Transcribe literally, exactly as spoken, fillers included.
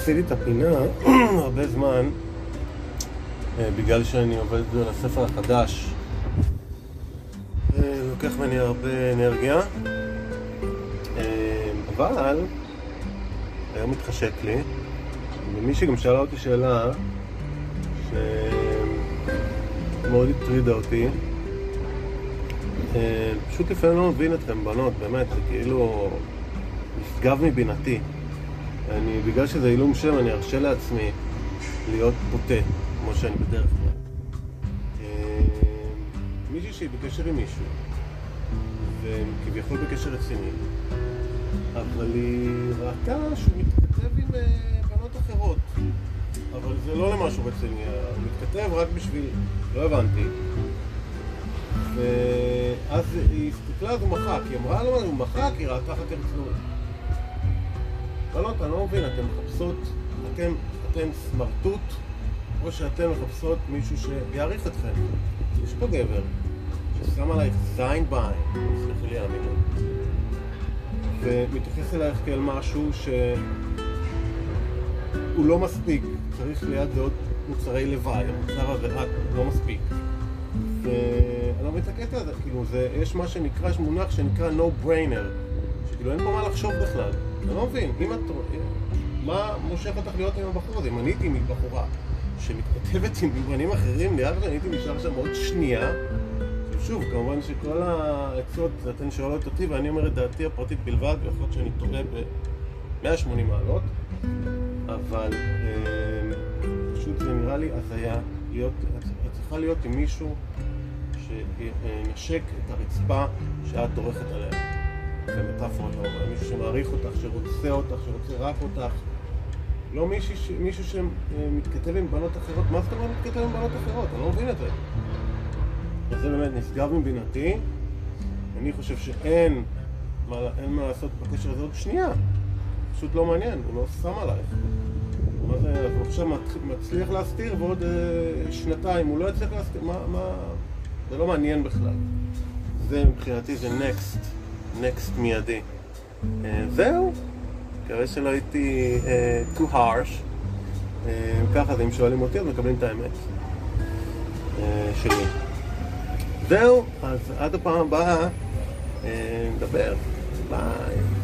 עשיתי את הפינה הרבה זמן, בגלל שאני עובד על הספר החדש. לוקח ממני הרבה אנרגיה, אבל היום מתחשק לי, ומישהי גם שאלה אותי שאלה שמאוד הטרידה אותי. פשוט לפעמים לא מבין אתכם בנות, באמת, זה כאילו נשגב מבינתי. אני, בגלל שזה עילום שם, אני ארשה לעצמי להיות בוטה, כמו שאני בדרך כלל. מישהי שהיא בקשר עם מישהו, וכביכול בקשר רציני, אבל היא ראתה שהוא מתכתב עם בנות אחרות, אבל זה לא למשהו רציני, הוא מתכתב רק בשביל, לא הבנתי. ואז היא הסתכלה, אז הוא מחק, היא אמרה לו, הוא מחק, היא ראתה אחת הרצינות. בנות, אני לא מבין, אתן מחפשות, אתן, אתן סמרטוט, או שאתן מחפשות מישהו שיעריך אתכם. יש פה גבר ששם עלייך זין בעין, סליחה לי המילה, ומתייחס אלייך כאל משהו שהוא לא מספיק, צריך ליד זה עוד מוצרי לוואי, המוצר הזה רק לא מספיק. ואני לא מתעקת על זה, כאילו, זה, יש מה שנקרא, יש מונח שנקרא no brainer, שכאילו אין פה מה לחשוב בכלל. אני לא מבין, אם את, מה מושך אותך להיות עם הבחור הזה? אם אני הייתי מבחורה שמתכתבת עם בנים אחרים, ליד ואני הייתי נשאר שם עוד שנייה. שוב, כמובן שכל העצות אתן שואלות אותי, ואני אומר את דעתי הפרטית בלבד, ויכול להיות שאני טועה ב-מאה ושמונים מעלות, אבל אה, פשוט זה נראה לי הזיה להיות, את צריכה להיות עם מישהו שנשק את הרצפה שאת דורכת עליה. במטאפורה, מישהו שמעריך אותך, שרוצה אותך, שרוצה רק אותך. לא מישהו, מישהו שמתכתב עם בנות אחרות. מה זאת אומרת מתכתב עם בנות אחרות? אני לא מבין את זה. אז זה באמת נשגב מבינתי. אני חושב שאין מה, אין מה לעשות בקשר הזה עוד שנייה. פשוט לא מעניין, הוא לא שם עלייך. מה זה, אז הוא עכשיו מצליח להסתיר, ועוד אה, שנתיים הוא לא יצליח להסתיר. מה, מה... זה לא מעניין בכלל. זה מבחינתי זה next. next מיידי. Uh, זהו, מקווה שלא הייתי uh, too harsh. Uh, ככה, אם שואלים אותי, אז מקבלים את האמת uh, שלי. זהו, אז עד הפעם הבאה uh, נדבר. ביי.